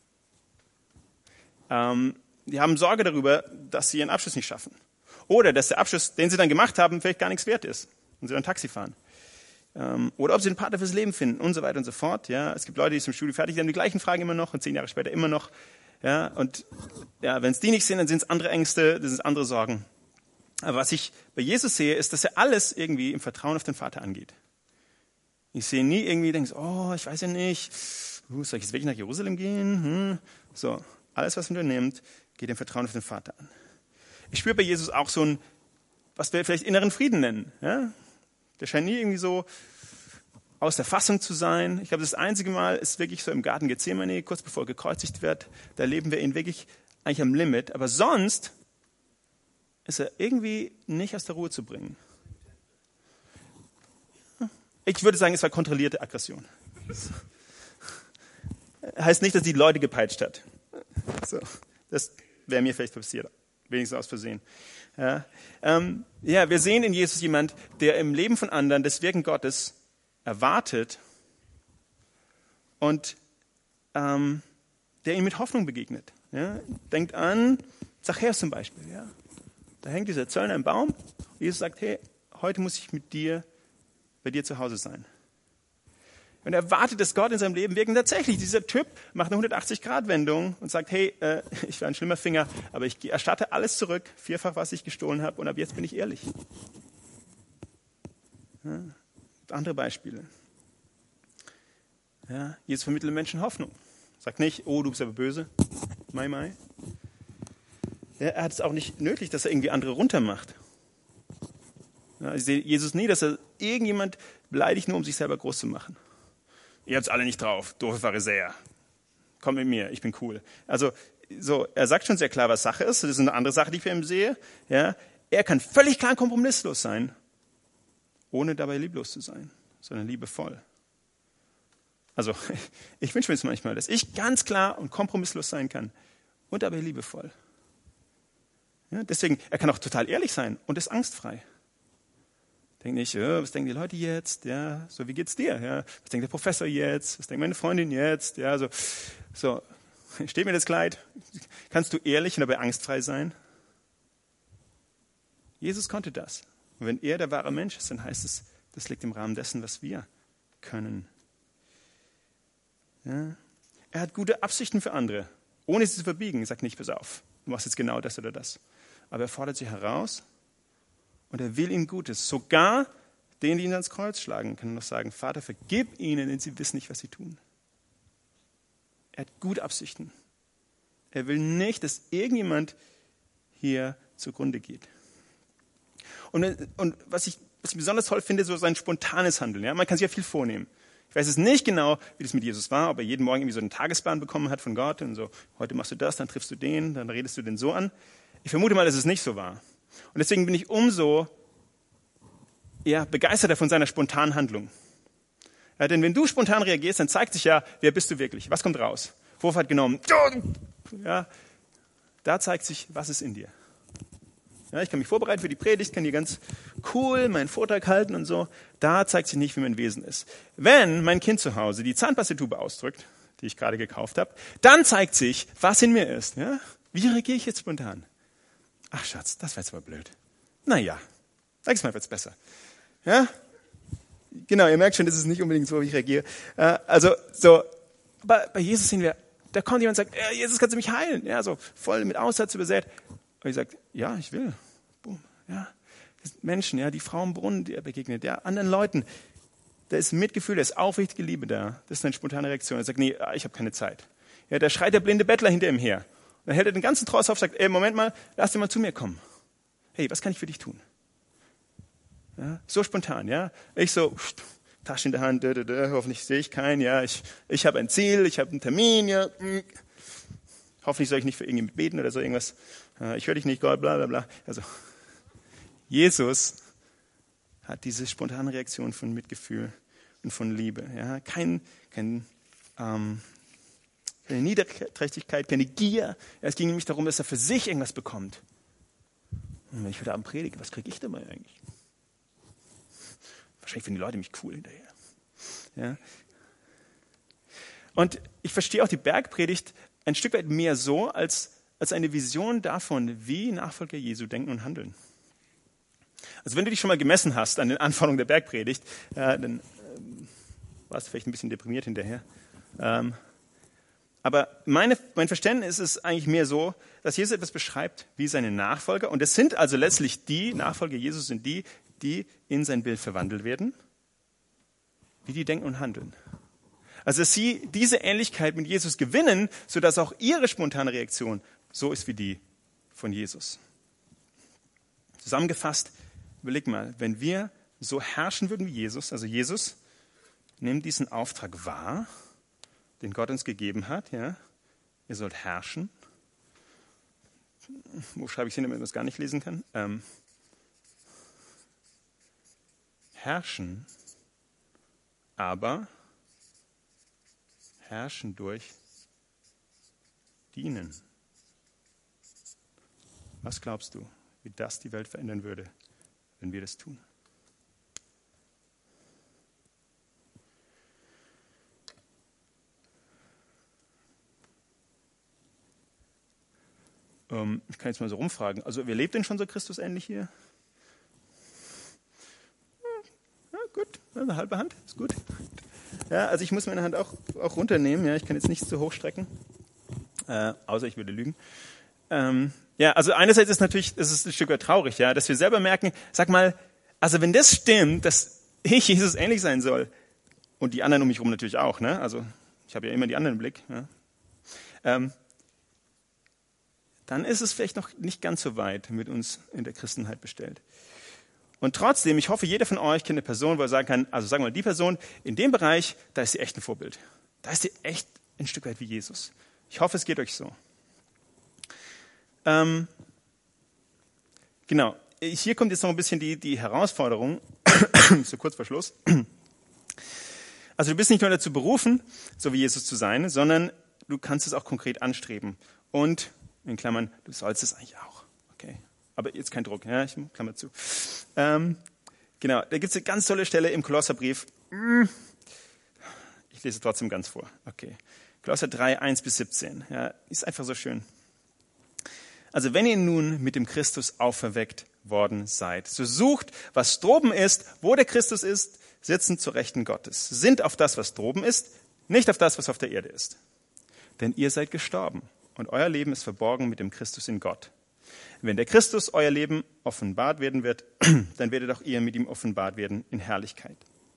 Die haben Sorge darüber, dass sie ihren Abschluss nicht schaffen. Oder dass der Abschluss, den sie dann gemacht haben, vielleicht gar nichts wert ist und sie dann Taxi fahren. Oder ob sie einen Partner fürs Leben finden und so weiter und so fort. Ja. Es gibt Leute, die sind im Studium fertig, die haben die gleichen Fragen immer noch und 10 Jahre später immer noch. Ja, und ja, wenn es die nicht sind, dann sind es andere Ängste, das sind andere Sorgen. Aber was ich bei Jesus sehe, ist, dass er alles irgendwie im Vertrauen auf den Vater angeht. Ich sehe nie irgendwie, denkst, oh, ich weiß ja nicht, soll ich jetzt wirklich nach Jerusalem gehen? So, alles, was man unternimmt, geht im Vertrauen auf den Vater an. Ich spüre bei Jesus auch so ein, was wir vielleicht inneren Frieden nennen. Ja? Der scheint nie irgendwie so aus der Fassung zu sein. Ich glaube, das einzige Mal ist wirklich so im Garten Gethsemane, kurz bevor er gekreuzigt wird. Da erleben wir ihn wirklich eigentlich am Limit. Aber sonst ist er irgendwie nicht aus der Ruhe zu bringen. Ich würde sagen, es war kontrollierte Aggression. Heißt nicht, dass die Leute gepeitscht hat. So, das wäre mir vielleicht passiert. Wenigstens aus Versehen. Ja, wir sehen in Jesus jemand, der im Leben von anderen das Wirken Gottes erwartet und der ihm mit Hoffnung begegnet. Ja? Denkt an Zachäus zum Beispiel. Ja? Da hängt dieser Zöllner im Baum. Und Jesus sagt, hey, heute muss ich bei dir zu Hause sein. Und er erwartet, dass Gott in seinem Leben wirkt. Und tatsächlich, dieser Typ macht eine 180-Grad-Wendung und sagt, hey, ich war ein schlimmer Finger, aber ich erstatte alles zurück, 4-fach, was ich gestohlen habe, und ab jetzt bin ich ehrlich. Ja? Andere Beispiele. Ja, Jesus vermittelt den Menschen Hoffnung. Sagt nicht, oh, du bist aber böse. Mai, mai. Ja, er hat es auch nicht nötig, dass er irgendwie andere runtermacht. Ja, ich sehe Jesus nie, dass er irgendjemand beleidigt, nur um sich selber groß zu machen. Ihr habt's alle nicht drauf, doofe Pharisäer. Komm mit mir, ich bin cool. Also, so, er sagt schon sehr klar, was Sache ist. Das ist eine andere Sache, die ich bei ihm sehe. Ja, er kann völlig klar und kompromisslos sein, ohne dabei lieblos zu sein, sondern liebevoll. Also, ich wünsche mir jetzt manchmal, dass ich ganz klar und kompromisslos sein kann und dabei liebevoll. Ja, deswegen, er kann auch total ehrlich sein und ist angstfrei. Denkt nicht, was denken die Leute jetzt? Ja, so, wie geht's dir? Ja, was denkt der Professor jetzt? Was denkt meine Freundin jetzt? Ja, so, steht mir das Kleid? Kannst du ehrlich und dabei angstfrei sein? Jesus konnte das. Und wenn er der wahre Mensch ist, dann heißt es, das liegt im Rahmen dessen, was wir können. Ja? Er hat gute Absichten für andere, ohne sie zu verbiegen. Er sagt nicht, pass auf, du machst jetzt genau das oder das. Aber er fordert sie heraus und er will ihnen Gutes. Sogar denen, die ihn ans Kreuz schlagen, kann er noch sagen, Vater, vergib ihnen, denn sie wissen nicht, was sie tun. Er hat gute Absichten. Er will nicht, dass irgendjemand hier zugrunde geht. Und was ich besonders toll finde, so sein spontanes Handeln. Ja? Man kann sich ja viel vornehmen. Ich weiß es nicht genau, wie das mit Jesus war, ob er jeden Morgen irgendwie so einen Tagesplan bekommen hat von Gott und so, heute machst du das, dann triffst du den, dann redest du den so an. Ich vermute mal, dass es nicht so war. Und deswegen bin ich umso begeisterter von seiner spontanen Handlung. Ja, denn wenn du spontan reagierst, dann zeigt sich ja, wer bist du wirklich? Was kommt raus? Wurf hat genommen. Ja, da zeigt sich, was ist in dir. Ja, ich kann mich vorbereiten für die Predigt, kann hier ganz cool meinen Vortrag halten und so. Da zeigt sich nicht, wie mein Wesen ist. Wenn mein Kind zu Hause die Zahnpastatube ausdrückt, die ich gerade gekauft habe, dann zeigt sich, was in mir ist. Ja? Wie reagiere ich jetzt spontan? Ach Schatz, das war jetzt aber blöd. Naja, nächstes Mal wird's besser. Ja? Genau, ihr merkt schon, das ist nicht unbedingt so, wie ich reagiere. Aber bei Jesus sehen wir, da kommt jemand und sagt, Jesus, kannst du mich heilen? Ja, so voll mit Aussatz übersät. Und ich sage, ja, ich will. Boom. Ja. Das sind Menschen, ja, die Frau im Brunnen, die er begegnet, ja, anderen Leuten. Da ist Mitgefühl, da ist aufrichtige Liebe da. Das ist eine spontane Reaktion. Er sagt, nee, ich habe keine Zeit. Ja, da schreit der blinde Bettler hinter ihm her. Und dann hält er den ganzen Tross auf und sagt, Moment mal, lass dir mal zu mir kommen. Hey, was kann ich für dich tun? Ja, so spontan, ja. Ich so, Tasche in der Hand, hoffentlich sehe ich keinen, ja. Ich habe ein Ziel, ich habe einen Termin, ja. Hoffentlich soll ich nicht für irgendjemanden beten oder so irgendwas. Ich höre dich nicht, Gott, bla bla bla. Also, Jesus hat diese spontane Reaktion von Mitgefühl und von Liebe. Ja? Keine Niederträchtigkeit, keine Gier. Ja, es ging nämlich darum, dass er für sich irgendwas bekommt. Und wenn ich heute Abend predige, was kriege ich dabei eigentlich? Wahrscheinlich finden die Leute mich cool hinterher. Ja? Und ich verstehe auch die Bergpredigt ein Stück weit mehr so, als eine Vision davon, wie Nachfolger Jesu denken und handeln. Also wenn du dich schon mal gemessen hast an den Anforderungen der Bergpredigt, dann warst du vielleicht ein bisschen deprimiert hinterher. Aber mein Verständnis ist eigentlich mehr so, dass Jesus etwas beschreibt wie seine Nachfolger. Und es sind also letztlich die Nachfolger Jesus, sind die in sein Bild verwandelt werden, wie die denken und handeln. Also dass sie diese Ähnlichkeit mit Jesus gewinnen, sodass auch ihre spontane Reaktion so ist wie die von Jesus. Zusammengefasst, überleg mal, wenn wir so herrschen würden wie Jesus, also Jesus nimmt diesen Auftrag wahr, den Gott uns gegeben hat, ja, ihr sollt herrschen. Wo schreibe ich es hin, damit man es gar nicht lesen kann? Herrschen, aber herrschen durch Dienen. Was glaubst du, wie das die Welt verändern würde, wenn wir das tun? Ich kann jetzt mal so rumfragen. Also wer lebt denn schon so Christusähnlich hier? Ja, gut, eine halbe Hand, ist gut. Ja, also ich muss meine Hand auch runternehmen. Ja, ich kann jetzt nicht zu hoch strecken, außer ich würde lügen. Also einerseits ist natürlich, das ist ein Stück weit traurig, ja, dass wir selber merken, sag mal, also wenn das stimmt, dass ich Jesus ähnlich sein soll und die anderen um mich herum natürlich auch, ne? Also ich habe ja immer die anderen im Blick. Ja? Dann ist es vielleicht noch nicht ganz so weit mit uns in der Christenheit bestellt. Und trotzdem, ich hoffe, jeder von euch kennt eine Person, wo er sagen kann, also sagen wir mal, die Person in dem Bereich, da ist sie echt ein Vorbild. Da ist sie echt ein Stück weit wie Jesus. Ich hoffe, es geht euch so. Genau, hier kommt jetzt noch ein bisschen die Herausforderung, so kurz vor Schluss. Also du bist nicht nur dazu berufen, so wie Jesus zu sein, sondern du kannst es auch konkret anstreben. Und, in Klammern, du sollst es eigentlich auch. Okay, aber jetzt kein Druck, ja, ich klammer zu. Genau, da gibt es eine ganz tolle Stelle im Kolosserbrief. Ich lese trotzdem ganz vor. Okay, Kolosser 3, 1-17. Ja, ist einfach so schön. Also wenn ihr nun mit dem Christus auferweckt worden seid, so sucht, was droben ist, wo der Christus ist, sitzend zur Rechten Gottes. Sinnt auf das, was droben ist, nicht auf das, was auf der Erde ist. Denn ihr seid gestorben und euer Leben ist verborgen mit dem Christus in Gott. Wenn der Christus euer Leben offenbart werden wird, dann werdet auch ihr mit ihm offenbart werden in Herrlichkeit.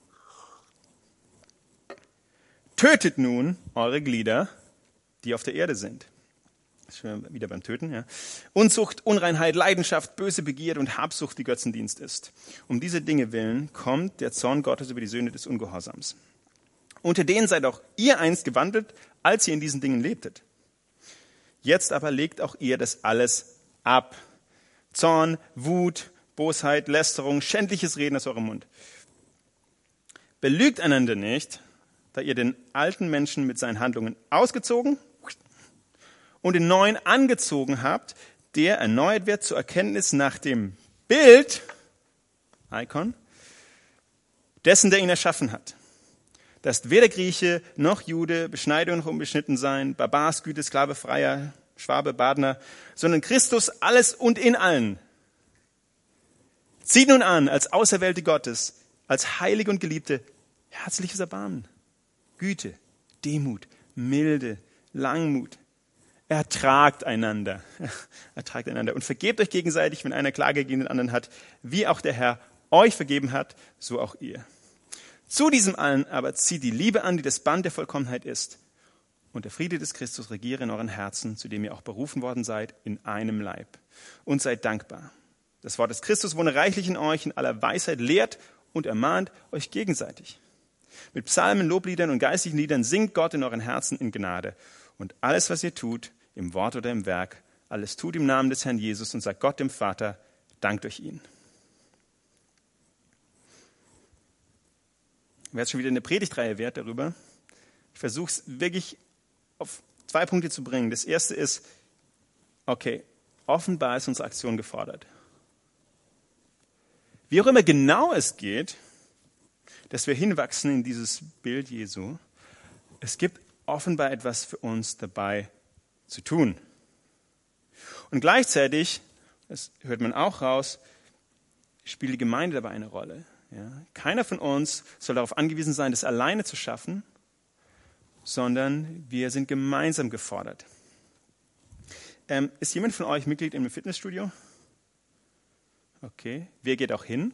Tötet nun eure Glieder, die auf der Erde sind. Schon wieder beim Töten, ja. Unzucht, Unreinheit, Leidenschaft, böse Begierde und Habsucht, die Götzendienst ist. Um diese Dinge willen kommt der Zorn Gottes über die Söhne des Ungehorsams. Unter denen seid auch ihr einst gewandelt, als ihr in diesen Dingen lebtet. Jetzt aber legt auch ihr das alles ab. Zorn, Wut, Bosheit, Lästerung, schändliches Reden aus eurem Mund. Belügt einander nicht, da ihr den alten Menschen mit seinen Handlungen ausgezogen und den neuen angezogen habt, der erneuert wird zur Erkenntnis nach dem Bild, Icon, dessen, der ihn erschaffen hat. Da ist weder Grieche noch Jude, Beschneidung noch unbeschnitten sein, Barbar, Skythe, Sklave, Freier, Schwabe, Badner, sondern Christus alles und in allen. Zieht nun an, als Auserwählte Gottes, als Heilige und Geliebte, herzliches Erbarmen, Güte, Demut, Milde, Langmut. Ertragt einander und vergebt euch gegenseitig, wenn einer Klage gegen den anderen hat, wie auch der Herr euch vergeben hat, so auch ihr. Zu diesem allen aber zieht die Liebe an, die das Band der Vollkommenheit ist. Und der Friede des Christus regiere in euren Herzen, zu dem ihr auch berufen worden seid, in einem Leib. Und seid dankbar. Das Wort des Christus wohne reichlich in euch, in aller Weisheit lehrt und ermahnt euch gegenseitig. Mit Psalmen, Lobliedern und geistlichen Liedern singt Gott in euren Herzen in Gnade. Und alles, was ihr tut, im Wort oder im Werk, alles tut im Namen des Herrn Jesus und sagt Gott dem Vater, dankt euch ihn. Wäre jetzt schon wieder eine Predigtreihe wert darüber. Ich versuche es wirklich auf 2 Punkte zu bringen. Das erste ist, okay, offenbar ist unsere Aktion gefordert. Wie auch immer genau es geht, dass wir hinwachsen in dieses Bild Jesu, es gibt offenbar etwas für uns dabei zu tun. Und gleichzeitig, das hört man auch raus, spielt die Gemeinde dabei eine Rolle. Ja? Keiner von uns soll darauf angewiesen sein, das alleine zu schaffen, sondern wir sind gemeinsam gefordert. Ist jemand von euch Mitglied im Fitnessstudio? Okay. Wer geht auch hin?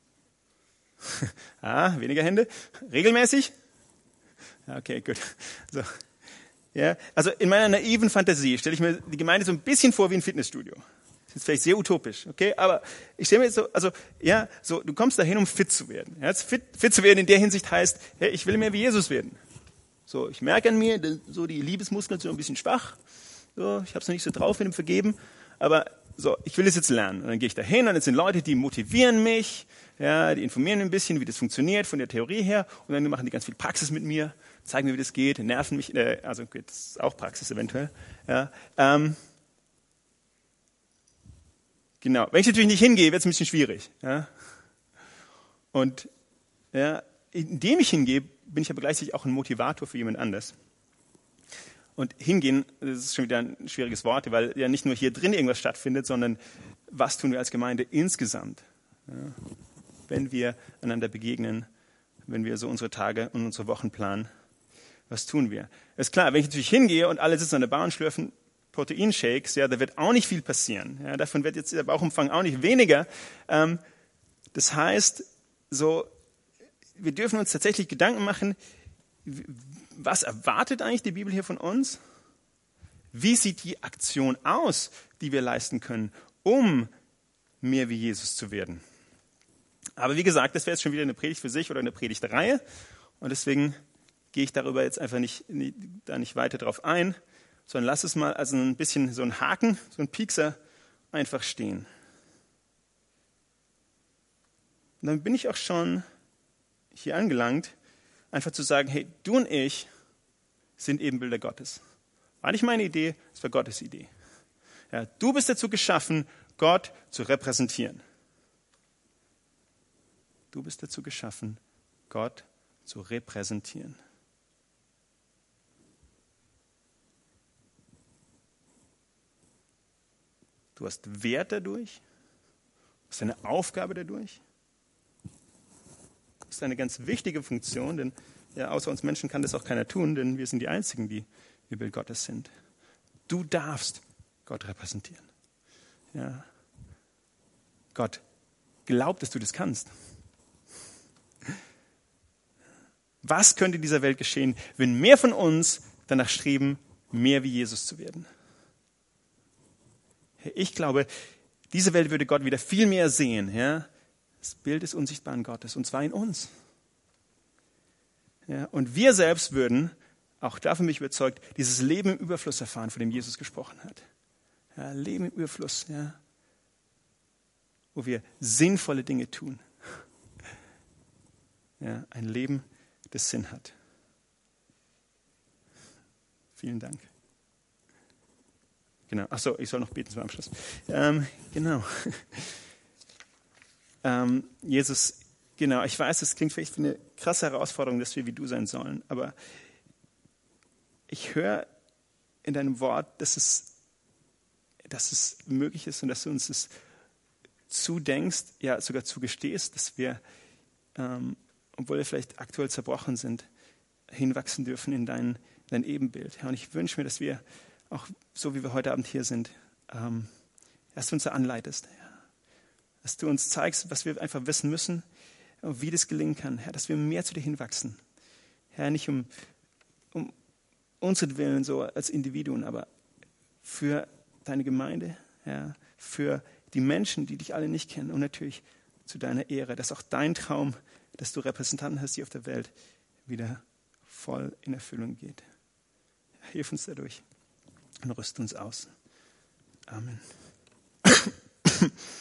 Weniger Hände. Regelmäßig? Okay, gut. So. Ja, also in meiner naiven Fantasie stelle ich mir die Gemeinde so ein bisschen vor wie ein Fitnessstudio. Das ist vielleicht sehr utopisch, okay? Aber ich stelle mir so, du kommst dahin, um fit zu werden. Ja, fit zu werden in der Hinsicht heißt, hey, ich will mehr wie Jesus werden. So, ich merke an mir, so die Liebesmuskeln sind so ein bisschen schwach. So, ich habe es noch nicht so drauf mit dem Vergeben, aber so, ich will es jetzt lernen. Und dann gehe ich dahin und es sind Leute, die motivieren mich, ja, die informieren ein bisschen, wie das funktioniert von der Theorie her und dann machen die ganz viel Praxis mit mir, zeigen mir, wie das geht, nerven mich, das ist auch Praxis eventuell. Ja, genau. Wenn ich natürlich nicht hingehe, wird es ein bisschen schwierig. Ja. Und ja, indem ich hingehe, bin ich aber gleichzeitig auch ein Motivator für jemand anders. Und hingehen, das ist schon wieder ein schwieriges Wort, weil ja nicht nur hier drin irgendwas stattfindet, sondern was tun wir als Gemeinde insgesamt? Ja. Wenn wir einander begegnen, wenn wir so unsere Tage und unsere Wochen planen, was tun wir? Ist klar, wenn ich natürlich hingehe und alle sitzen an der Bar und schlürfen Proteinshakes, ja, da wird auch nicht viel passieren. Ja, davon wird jetzt der Bauchumfang auch nicht weniger. Das heißt, so, wir dürfen uns tatsächlich Gedanken machen, was erwartet eigentlich die Bibel hier von uns? Wie sieht die Aktion aus, die wir leisten können, um mehr wie Jesus zu werden? Aber wie gesagt, das wäre jetzt schon wieder eine Predigt für sich oder eine Predigtreihe. Und deswegen gehe ich darüber jetzt einfach nicht weiter drauf ein, sondern lass es mal also ein bisschen so ein Haken, so ein Piekser einfach stehen. Und dann bin ich auch schon hier angelangt, einfach zu sagen, hey, du und ich sind Ebenbilder Gottes. War nicht meine Idee, es war Gottes Idee. Ja, du bist dazu geschaffen, Gott zu repräsentieren. Du bist dazu geschaffen, Gott zu repräsentieren. Du hast Wert dadurch, du hast eine Aufgabe dadurch. Das ist eine ganz wichtige Funktion, denn ja, außer uns Menschen kann das auch keiner tun, denn wir sind die Einzigen, die ihr Bild Gottes sind. Du darfst Gott repräsentieren. Ja. Gott glaubt, dass du das kannst. Was könnte in dieser Welt geschehen, wenn mehr von uns danach streben, mehr wie Jesus zu werden? Ich glaube, diese Welt würde Gott wieder viel mehr sehen. Ja? Das Bild des unsichtbaren Gottes, und zwar in uns. Ja, und wir selbst würden, auch davon bin ich überzeugt, dieses Leben im Überfluss erfahren, von dem Jesus gesprochen hat. Ja, Leben im Überfluss, ja, wo wir sinnvolle Dinge tun. Ja, ein Leben, das Sinn hat. Vielen Dank. Genau. Achso, ich soll noch beten zum Abschluss. Genau. Jesus, genau, ich weiß, es klingt vielleicht wie eine krasse Herausforderung, dass wir wie du sein sollen, aber ich höre in deinem Wort, dass es möglich ist und dass du uns das zudenkst, ja sogar zugestehst, dass wir, obwohl wir vielleicht aktuell zerbrochen sind, hinwachsen dürfen in dein Ebenbild. Ja, und ich wünsche mir, dass wir auch so, wie wir heute Abend hier sind, dass du uns da anleitest. Ja. Dass du uns zeigst, was wir einfach wissen müssen, wie das gelingen kann. Ja, dass wir mehr zu dir hinwachsen. Ja, nicht um unseren Willen so als Individuen, aber für deine Gemeinde, ja, für die Menschen, die dich alle nicht kennen und natürlich zu deiner Ehre, dass auch dein Traum, dass du Repräsentanten hast hier auf der Welt, wieder voll in Erfüllung geht. Hilf uns dadurch und rüst uns aus. Amen.